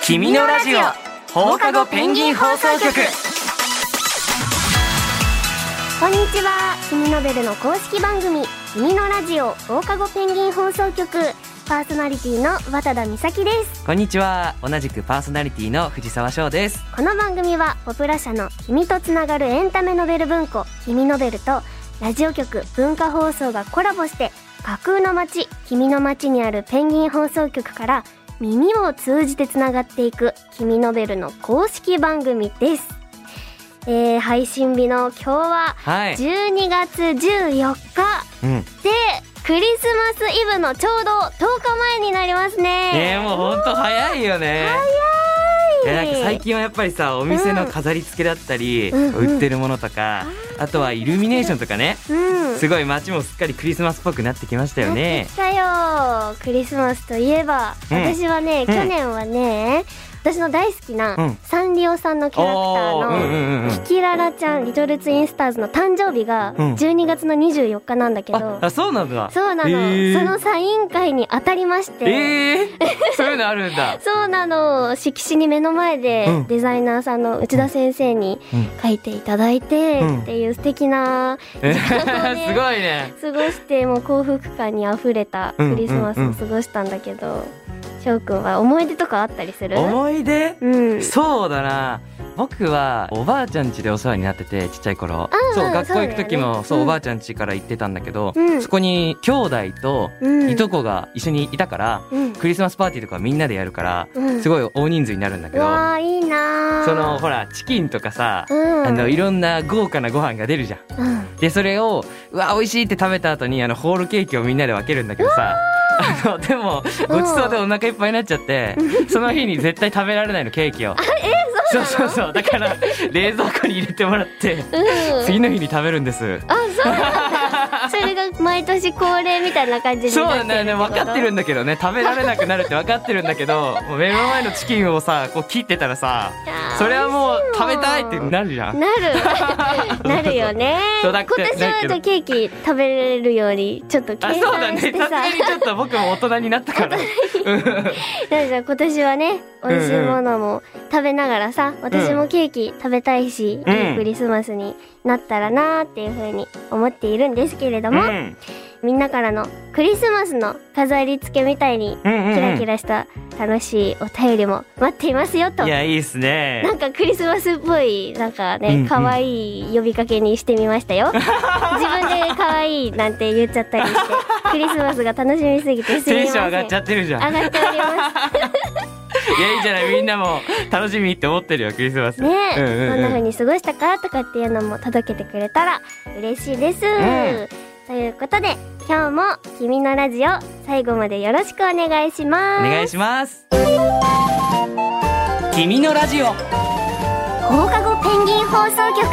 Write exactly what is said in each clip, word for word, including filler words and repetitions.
君のラジオ放課後ペンギン放送局。 こんにちは。君ノベルの公式番組君のラジオ放課後ペンギン放送局パーソナリティの渡田美咲です。 こんにちは。同じくパーソナリティの藤沢翔です。 この番組はポプラ社の君とつながるエンタメノベル文庫君ノベルとラジオ局文化放送がコラボして架空の街君の街にあるペンギン放送局から耳を通じてつながっていく君ノベルの公式番組です。えー、配信日の今日はじゅうにがつじゅうよっか、 うん、 でクリスマスイブのちょうどとおかまえになりますね。 えー、もうほんと早いよね。 早い。 なんか最近はやっぱりさ、お店の飾り付けだったり、うん、売ってるものとか、うん、あとはイルミネーションとかね、うん、すごい街もすっかりクリスマスっぽくなってきましたよね。 なってきたよ。クリスマスといえば、うん、私はね、去年はね、うん、私の大好きなサンリオさんのキャラクターのキキララちゃんリトルツインスターズの誕生日がじゅうにがつのにじゅうよっかなんだけど、うん、 あ, あそうなんだ。 そうなの、えー、そのサイン会に当たりまして、 えー、そういうのあるんだ。 そうなの。色紙に目の前でデザイナーさんの内田先生に書いていただいてっていう素敵な時間をね、 すごいね過ごして、もう幸福感にあふれたクリスマスを過ごしたんだけど、うんうんうん、翔くんは思い出とかあったりする？ 思い出、 うん、 そうだな。僕はおばあちゃん家でお世話になってて、ちっちゃい頃。そう、学校行く時もそう、おばあちゃん家から行ってたんだけど、うん、そこに兄弟といとこが一緒にいたから、うん、クリスマスパーティーとかみんなでやるから、うん、すごい大人数になるんだけど、 わーいいなー。 そのほらチキンとかさ、うん、あのいろんな豪華なご飯が出るじゃん、うん、でそれをうわ美味しいって食べた後にあのホールケーキをみんなで分けるんだけどさ、あのでもごちそうでお腹いっぱいになっちゃって、その日に絶対食べられないの、ケーキを。 あ、えー、そうなの？ そうそうそう。だから冷蔵庫に入れてもらって、うん、次の日に食べるんです。 あ、そうなんだ。それが毎年恒例みたいな感じになってるってこと？ そうだね、分かってるんだけどね、食べられなくなるって分かってるんだけど、もう目の前のチキンをさこう切ってたらさ、それはもう食べたいってなるじゃん。 なるなるよね。そうだって今年はケーキ食べれるようにちょっと計算してさ。 あ、そうだね。さすがにちょっと僕も大人になったから。 じゃあ今年はね、美味しいものも食べながらさ、私もケーキ食べたいし、うん、いいクリスマスになったらなーっていう風に思っているんですけれども、うん、みんなからのクリスマスの飾り付けみたいにキラキラした楽しいお便りも待っていますよと。 いや、いいっすね。 なんかクリスマスっぽいなんかね、可愛い呼びかけにしてみましたよ。自分で可愛いなんて言っちゃったりしてクリスマスが楽しみすぎてすみません。 テンション上がっちゃってるじゃん。 上がっておりますいや、いいじゃない。みんなも楽しみって思ってるよ、クリスマスね。え、うんうんうん、どんな風に過ごしたかとかっていうのも届けてくれたら嬉しいです、うん、ということで今日も君のラジオ最後までよろしくお願いします。 お願いします。君のラジオ放課後ペンギン放送局。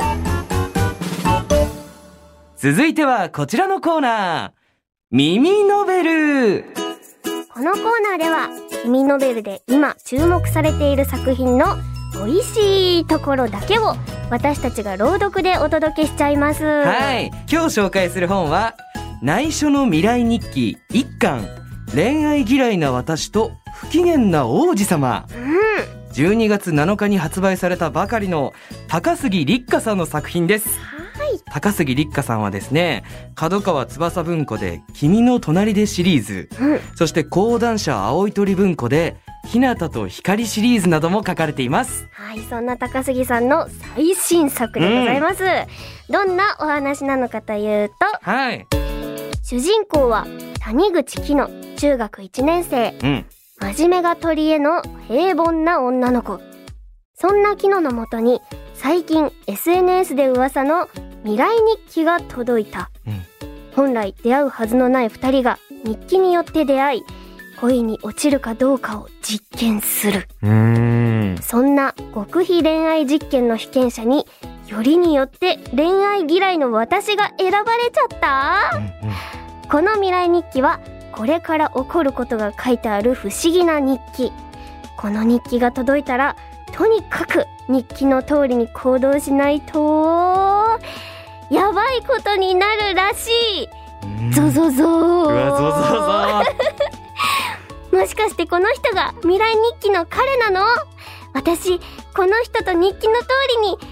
続いてはこちらのコーナー、耳ノベル。 このコーナーでは耳ノベルで今注目されている作品の美味しいところだけを私たちが朗読でお届けしちゃいます。 はい、今日紹介する本は内緒の未来日記いっかん、恋愛嫌いな私と不機嫌な王子様、うん、じゅうにがつなのかに発売されたばかりの高杉立花さんの作品です。 はい、 高杉立花さんはですね、角川翼文庫で君の隣でシリーズ、うん、そして講談社青い鳥文庫で日向と光シリーズなども書かれています。 はい、そんな高杉さんの最新作でございます、うん、どんなお話なのかというと、 はい、 主人公は谷口紀乃、中学いちねん生、うん、真面目が取り柄の平凡な女の子。そんな紀乃のもとに最近 エスエヌエス で噂の未来日記が届いた、うん、本来出会うはずのないふたりが日記によって出会い、恋に落ちるかどうかを実験する。うーん、そんな極秘恋愛実験の被験者によりによって恋愛嫌いの私が選ばれちゃった、うんうん、この未来日記はこれから起こることが書いてある不思議な日記。この日記が届いたらとにかく日記の通りに行動しないとやばいことになるらしい。ゾゾゾー。 うわゾゾゾーもしかしてこの人が未来日記の彼なの？私、この人と日記の通りに恋に落ちる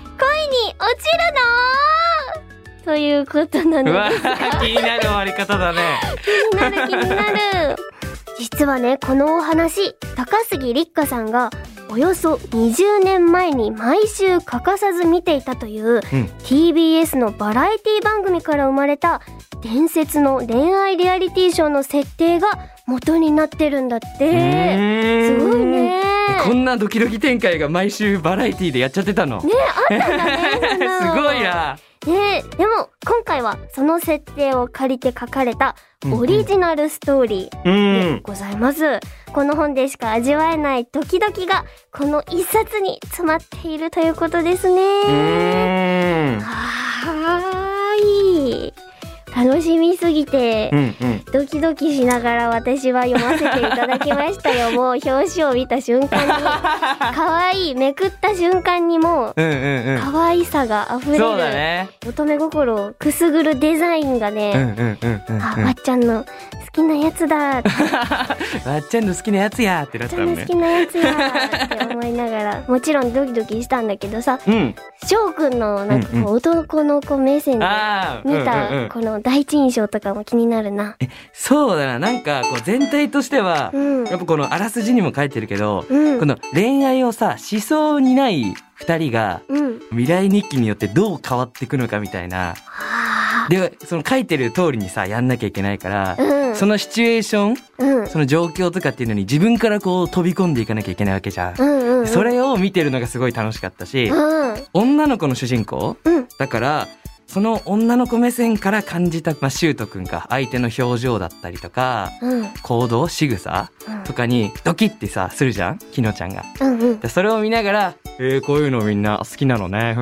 の？ということなのですが。 うわ気になる終わり方だね。 気になる気になる。実はね、このお話、高杉立花さんがおよそにじゅうねんまえに毎週欠かさず見ていたという、うん、ティービーエス のバラエティ番組から生まれた伝説の恋愛リアリティショーの設定が元になってるんだって。すごいね。 こんなドキドキ展開が毎週バラエティでやっちゃってたのね。あったんだね。 すごいな。 ね、でも今回はその設定を借りて書かれたオリジナルストーリーでございます、うんうん、この本でしか味わえないドキドキがこの一冊に詰まっているということですね。うーん、はーい、楽しみすぎて、うんうん、ドキドキしながら私は読ませていただきましたよ。もう表紙を見た瞬間に可愛い、めくった瞬間にもう可愛さが溢れる、そうだね、乙女心をくすぐるデザインがね、あ、わっちゃんの好きなやつだってわっちゃんの好きなやつやってなったのね。 わっちゃんの好きなやつやって思いながらもちろんドキドキしたんだけどさ、翔くんのなんかこう男の子目線で見たこの第一印象とかも気になるな。 え、そうだな。なんかこう全体としては、うん、やっぱこのあらすじにも書いてるけど、うん、この恋愛をさしそうにない二人が、うん、未来日記によってどう変わっていくのかみたいな。でその書いてる通りにさやんなきゃいけないから、うん、そのシチュエーション、うん、その状況とかっていうのに自分からこう飛び込んでいかなきゃいけないわけじゃん、うんうんうん、それを見てるのがすごい楽しかったし、うん、女の子の主人公、うん、だからその女の子目線から感じた、まあ、シュートくんが相手の表情だったりとか、うん、行動仕草とかにドキッてさするじゃん、きのちゃんが、うんうん、でそれを見ながらえー、こういうのみんな好きなのね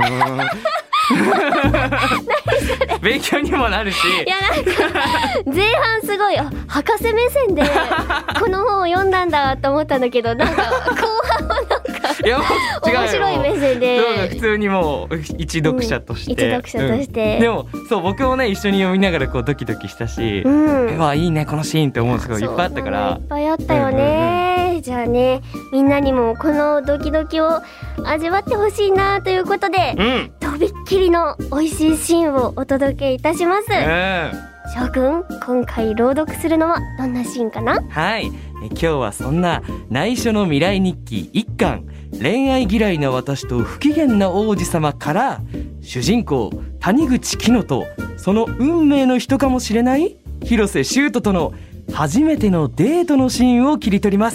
勉強にもなるし、 いやなんか前半すごいあ博士目線でこの本を読んだんだと思ったんだけど、なんか後半はなんかいやもう違う面白い目線で普通にもう一読者として、うん、 一読者として、 うん、でもそう僕もね一緒に読みながらこうドキドキしたし、うん、えわいいねこのシーンって思うすごいいっぱいあったから、 いっぱいあったよね、うんうんうん、じゃあねみんなにもこのドキドキを味わってほしいなということで、うん、とびっきりの美味しいシーンをお届けいたします、うん、翔くん今回朗読するのはどんなシーンかな？ はい、え今日はそんな内緒の未来日記一巻恋愛嫌いな私と不機嫌な王子様から主人公谷口樹乃とその運命の人かもしれない広瀬修斗との初めてのデートのシーンを切り取ります。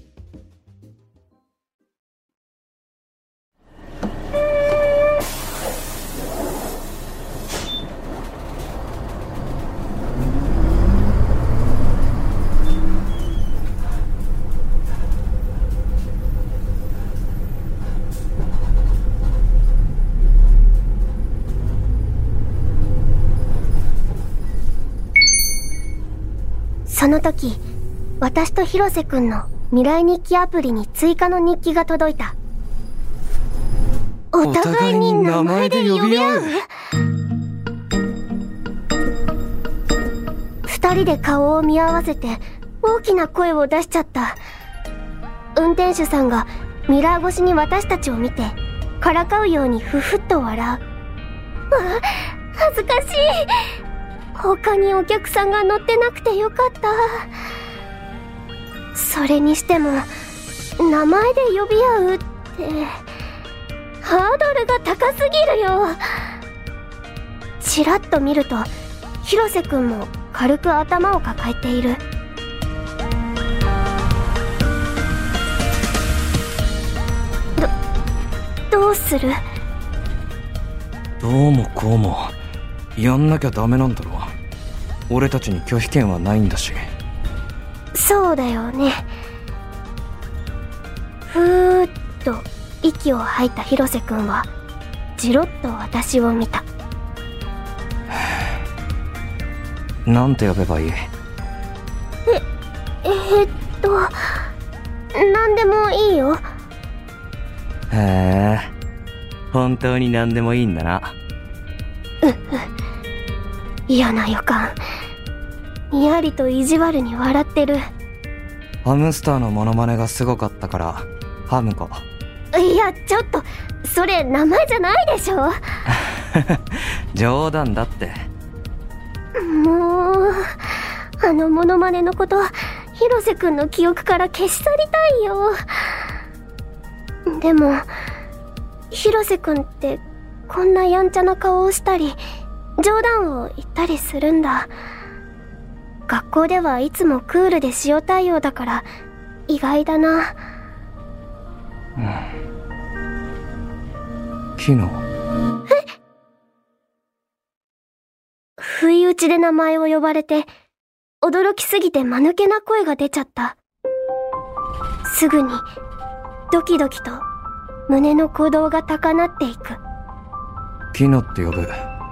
その時、私と広瀬くんの未来日記アプリに追加の日記が届いた。お互いに名前で呼び合う？二人で顔を見合わせて大きな声を出しちゃった。運転手さんがミラー越しに私たちを見てからかうようにふふっと笑う。あ、恥ずかしい。他にお客さんが乗ってなくてよかった。それにしても名前で呼び合うってハードルが高すぎるよ。ちらっと見ると広瀬くんも軽く頭を抱えている。ど、どうする？ どうもこうもやんなきゃダメなんだろう。俺たちに拒否権はないんだし。 そうだよね。ふーっと息を吐いた広瀬くんはじろっと私を見た。 なんて呼べばいい？え、 えっとなんでもいいよ。 へえ、本当になんでもいいんだな。 うっ嫌な予感。にやりと意地悪に笑ってる。 ハムスターのモノマネがすごかったからハムコ。 いやちょっとそれ名前じゃないでしょ。 冗談だって。 もうあのモノマネのこと広瀬くんの記憶から消し去りたいよ。でも広瀬くんってこんなやんちゃな顔をしたり冗談を言ったりするんだ。学校ではいつもクールで塩対応だから意外だな。 うん。昨日。 え？不意打ちで名前を呼ばれて驚きすぎて間抜けな声が出ちゃった。すぐにドキドキと胸の鼓動が高鳴っていく。 キノって呼ぶ。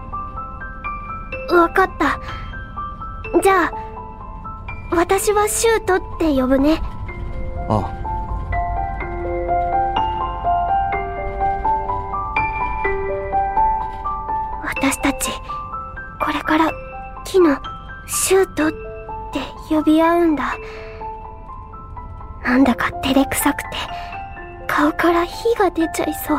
わかった。じゃあ私はシュートって呼ぶね。 ああ。 私たちこれからキノ、シュートって呼び合うんだ。なんだか照れくさくて顔から火が出ちゃいそう。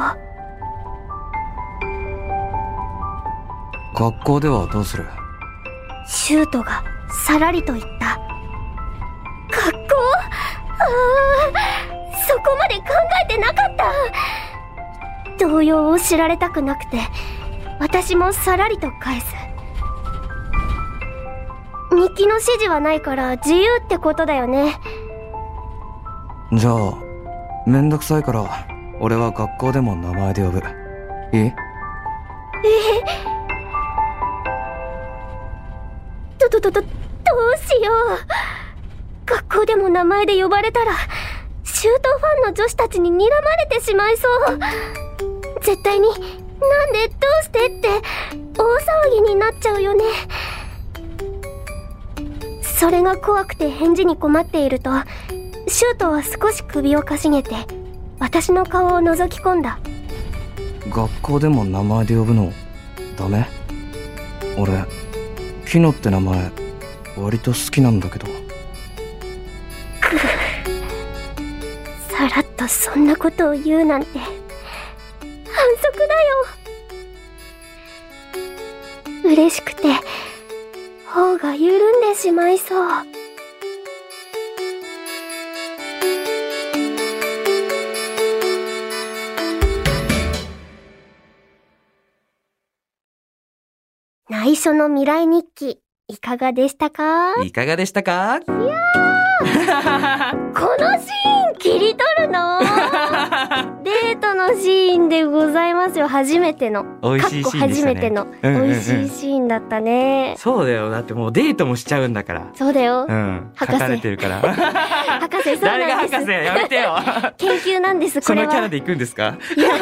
学校ではどうする？ シュートがさらりと言った。学校？ああ、そこまで考えてなかった。動揺を知られたくなくて私もさらりと返す。日記の指示はないから自由ってことだよね。 じゃあめんどくさいから俺は学校でも名前で呼ぶ。いい？ えどどどどどうしよう。学校でも名前で呼ばれたらシュートファンの女子たちに睨まれてしまいそう。絶対になんでどうしてって大騒ぎになっちゃうよね。それが怖くて返事に困っているとシュートは少し首をかしげて私の顔を覗き込んだ。 学校でも名前で呼ぶのダメ？俺キノって名前割と好きなんだけど。 くさらっとそんなことを言うなんて反則だよ。嬉しくて頬が緩んでしまいそう。内緒の未来日記いかがでしたか？ いかがでしたか？ いやーこのシーン切り取るのデートのシーンでございますよ。初めての美味しいシーンでしたね。 初めての美味しいシーンだったね。 そうだよ。だってもうデートもしちゃうんだから。 そうだよ。 うん。書かれてるから。 博士、そうなんです。 誰が博士？やめてよ。 研究なんです。これはそのキャラで行くんですか？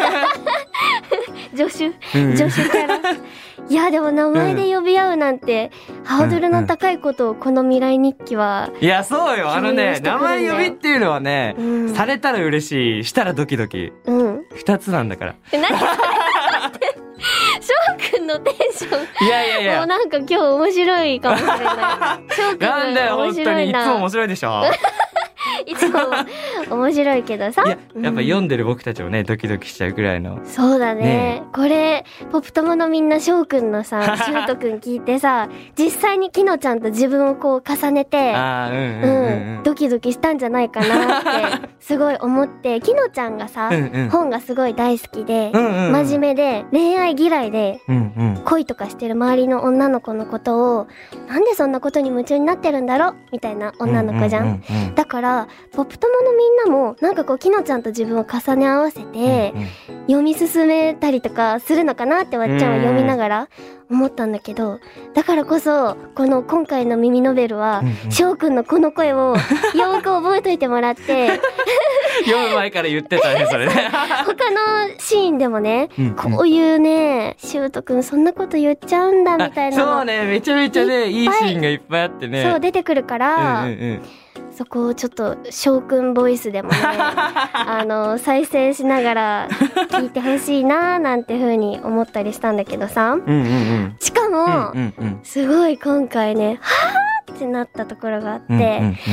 助手、助手キャラ。いやでも名前で呼び合うなんて、うん、ハードルの高いことをこの未来日記は、 いやそうよ。あのね名前呼びっていうのはね、うん、されたら嬉しい、したらドキドキ、うん、二つなんだから。 え何それって翔くんのテンション、 いやいやいや、 もうなんか今日面白いかもしれない。翔くんなんだよ本当にいつも面白いでしょ。 いつも面白いけどさ、 いややっぱ読んでる僕たちもねドキドキしちゃうくらいの。 そうだ ね, ねこれポップ友のみんな翔くんのさシュートくん聞いてさ実際にきのちゃんと自分をこう重ねて、あ、うんうんうんうん、ドキドキしたんじゃないかなってすごい思って、きのちゃんがさ、うんうん、本がすごい大好きで、うんうんうん、真面目で恋愛嫌いで、うんうん、恋とかしてる周りの女の子のことをなんでそんなことに夢中になってるんだろみたいな女の子じゃん、うんうんうんうん、だからポップ友のみんなもなんかこうきのちゃんと自分を重ね合わせて、うんうん、読み進めたりとかするのかなってわっちゃんは読みながら思ったんだけど、だからこそこの今回の耳ノベルは翔、うんうん、くんのこの声をよく覚えといてもらって読む前から言ってたねそれね他のシーンでもね、うんうん、こういうねシュートくんそんなこと言っちゃうんだみたいなのそうねめちゃめちゃねいいシーンがいっぱいあってね、 そう出てくるから、うんうんうん、そこをちょっと翔くんボイスでもねあの再生しながら聞いてほしいななんて風に思ったりしたんだけどさ、うんうんうん、しかも、うんうんうん、すごい今回ねはーってなったところがあって、うんうんうん、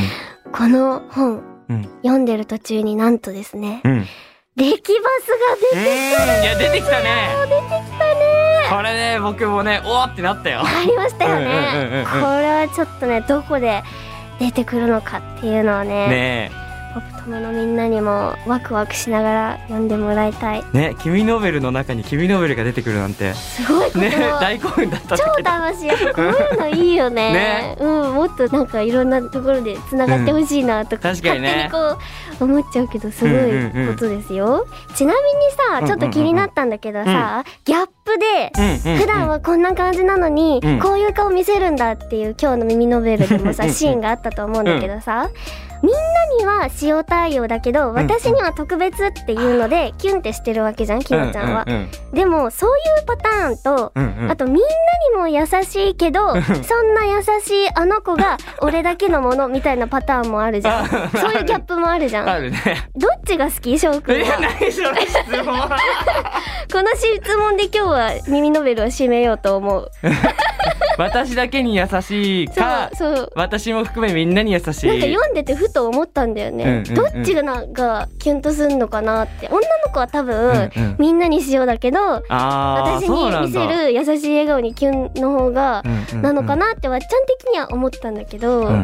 この本、 うん、 読んでる途中になんとですね、 うん、 レキバスが出てくる。 いや出てきたね。 出てきたね。 これね僕もねおーってなったよ。 ありましたよね。これはちょっとねどこで出てくるのかっていうのはね。 ねポップ友のみんなにもワクワクしながら読んでもらいたいね。君ノベルの中に君ノベルが出てくるなんてすごいこと、 ね、大興奮だったんだけど。 超楽しい。やっぱこういうのいいよね。ね、うん、もっとなんかいろんなところでつながってほしいなとか、 うん、確かにね、 勝手にこう思っちゃうけどすごいことですよ、うんうんうん、ちなみにさちょっと気になったんだけどさ、うんうんうん、ギャップで、うんうん、普段はこんな感じなのに、うん、こういう顔見せるんだっていう今日の耳ノベルでもさシーンがあったと思うんだけどさ、みんなには塩対応だけど私には特別っていうのでキュンってしてるわけじゃんきのちゃんは、うんうんうん、でもそういうパターンと、うんうん、あとみんなにも優しいけどそんな優しいあの子が俺だけのものみたいなパターンもあるじゃんそういうギャップもあるじゃん。 あるね。 どっちが好き翔くんは。 いや何その質問この質問で今日は耳ノベルを締めようと思う私だけに優しいか、そうそう私も含めみんなに優しい。 なんか読んでてふと思ったんだよね、うんうんうん、どっちがなんかキュンとすんのかなって。女の子は多分、うんうん、みんなにしようだけど私に見せる優しい笑顔にキュンの方が、うんうんうん、なのかなってわっちゃん的には思ったんだけど、うんうんうん、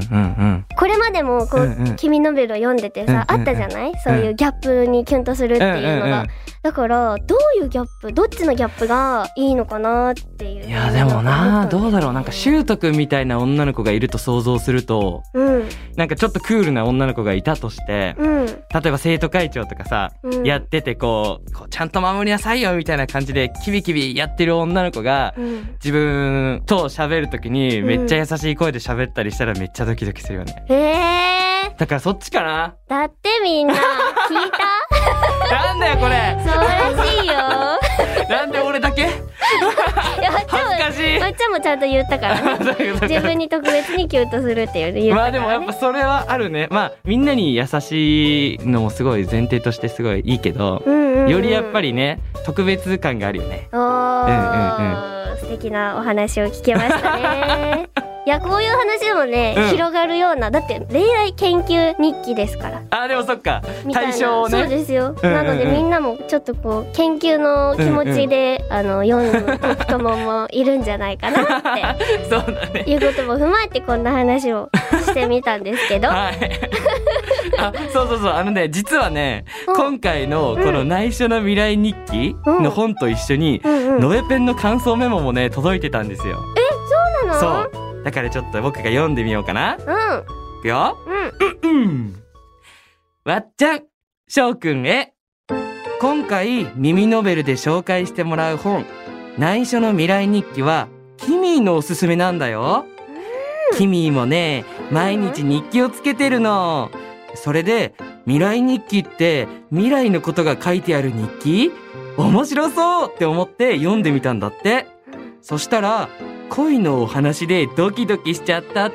これまでもこう、うんうん、君ノベルを読んでてさ、うんうんうん、あったじゃない、そういうギャップにキュンとするっていうのが、うんうんうん、だからどういうギャップどっちのギャップがいいのかなっていう。 いやでもなどうだろう、なんかシュートくんみたいな女の子がいると想像すると、うん、なんかちょっとクールな女の子がいたとして、うん、例えば生徒会長とかさ、うん、やっててこう、こうちゃんと守りなさいよみたいな感じでキビキビやってる女の子が、うん、自分と喋るときにめっちゃ優しい声で喋ったりしたらめっちゃドキドキするよね、うん、へー、だからそっちかな。 だってみんな聞いたなんだよこれそうらしいよなんで俺だけ恥ずかしい。 まっちゃんもちゃんと言ったからね自分に特別にキュンとするっていう言ったからね。 まあでもやっぱそれはあるね。まあみんなに優しいのもすごい前提としてすごいいいけど、うんうんうん、よりやっぱりね特別感があるよね。おー、 うんうんうん、素敵なお話を聞けましたねいやこういう話もね、うん、広がるような、だって恋愛研究日記ですから。 あでもそっか対象をね。 そうですよ、うんうんうん、なのでみんなもちょっとこう研究の気持ちで、うんうん、あの読むトクトモもいるんじゃないかなってそうだねいうことも踏まえてこんな話をしてみたんですけどはいあそうそうそう、あのね実はね今回のこの内緒の未来日記の本と一緒に、うんうんうん、ノエペンの感想メモもね届いてたんですよ。 えそうなの。 そうだからちょっと僕が読んでみようかな。うん。いくよ。うん。うんうん。わっちゃん、しょうくんへ。今回耳ノベルで紹介してもらう本、内緒の未来日記はキミーのおすすめなんだよ。うん、キミーもね、毎日日記をつけてるの。それで未来日記って未来のことが書いてある日記？面白そうって思って読んでみたんだって。そしたら恋のお話でドキドキしちゃったって。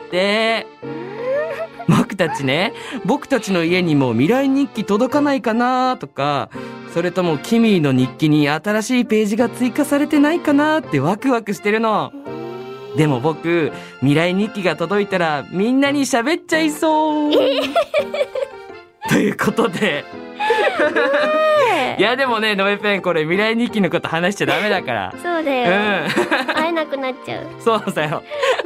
僕たちね、僕たちの家にも未来日記届かないかなとか、それともキミーの日記に新しいページが追加されてないかなってワクワクしてるの。でも僕、未来日記が届いたらみんなに喋っちゃいそう。ということでいやでもね、ノエペンこれ未来日記のこと話しちゃダメだからそうだよ、うん、会えなくなっちゃうそうだよ、うん、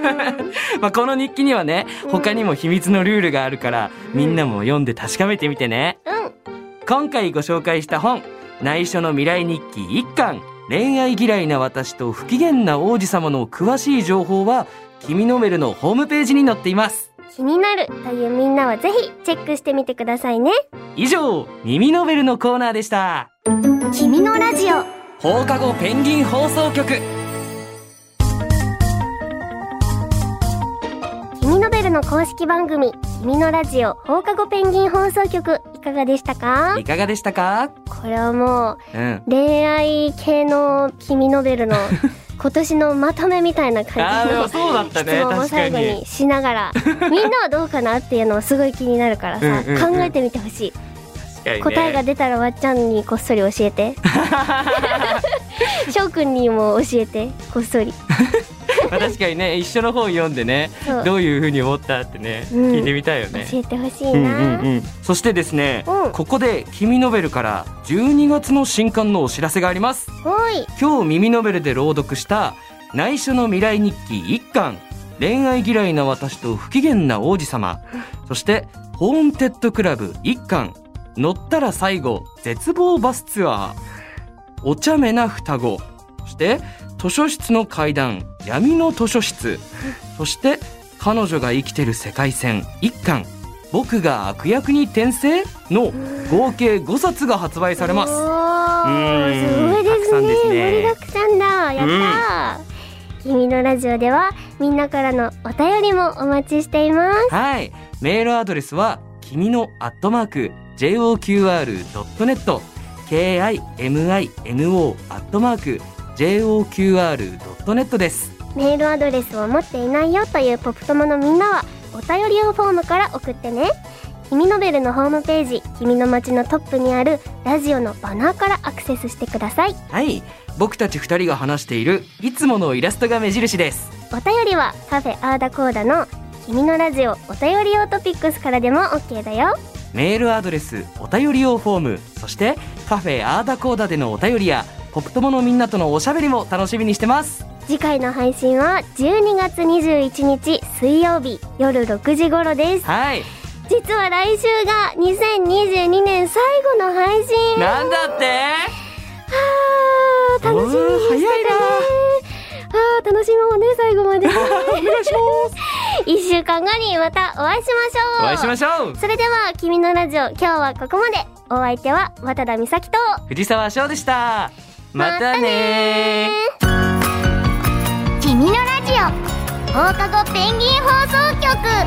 まあこの日記にはね他にも秘密のルールがあるから、うん、みんなも読んで確かめてみてね、うん、今回ご紹介した本内緒の未来日記いっかん恋愛嫌いな私と不機嫌な王子様の詳しい情報は君ノベルのホームページに載っています。 気になるというみんなはぜひチェックしてみてくださいね。 以上、耳ノベルのコーナーでした。 君のラジオ放課後ペンギン放送局。 君ノベルの公式番組君のラジオ放課後ペンギン放送局、いかがでしたか？ いかがでしたか？ これはもう、うん、恋愛系の君ノベルの今年のまとめみたいな感じの質問を最後にしながら、みんなはどうかなっていうのをすごい気になるからさ、うんうんうん、考えてみてほしい。ね、答えが出たらわっちゃんにこっそり教えてしょうくんにも教えてこっそりまあ確かにね、一緒の本読んでね、どういう風に思ったってね、うん、聞いてみたいよね。 教えてほしいな、うんうんうん、 そしてですね、うん、ここで君ノベルからじゅうにがつの新刊のお知らせがあります。 はい。 今日耳ノベルで朗読した内緒の未来日記いっかん、恋愛嫌いな私と不機嫌な王子様、そしてホーンテッドクラブいっかん、乗ったら最後絶望バスツアー、お茶目な双子、そして図書室の怪談闇の図書室、そして彼女が生きてる世界線いっかん、僕が悪役に転生の合計ごさつが発売されます。うーん、すごいですね。盛りだくさんだ。やったー、うん、君のラジオではみんなからのお便りもお待ちしています。 はい、メールアドレスは君のアットマーク ジェイオーキューアールドットネット ケーアイエムアイエヌオー アットマーク ジェイオーキューアールドットネット です。 メールアドレスを持っていないよというポップ友のみんなはお便り用フォームから送ってね。君ノベルのホームページ君の街のトップにあるラジオのバナーからアクセスしてください。 はい、僕たちふたりが話しているいつものイラストが目印です。 お便りはカフェアーダコーダの君のラジオお便り用トピックスからでも OK だよ。 メールアドレス、お便り用フォーム、そしてカフェアーダコーダでのお便りやポップ友のみんなとのおしゃべりも楽しみにしてます。 次回の配信はじゅうにがつにじゅういちにち水曜日夜ろくじ頃です。 はい、 実は来週がにせんにじゅうにねん最後の配信なんだって。 はー、楽しみにしてたね。あー、楽しもうね、最後までお願いしますいっしゅうかんごにまたお会いしましょう。 お会いしましょう。 それでは君のラジオ今日はここまで。お相手は渡田美咲と藤沢翔でした。またねー。君のラジオ放課後ペンギン放送局。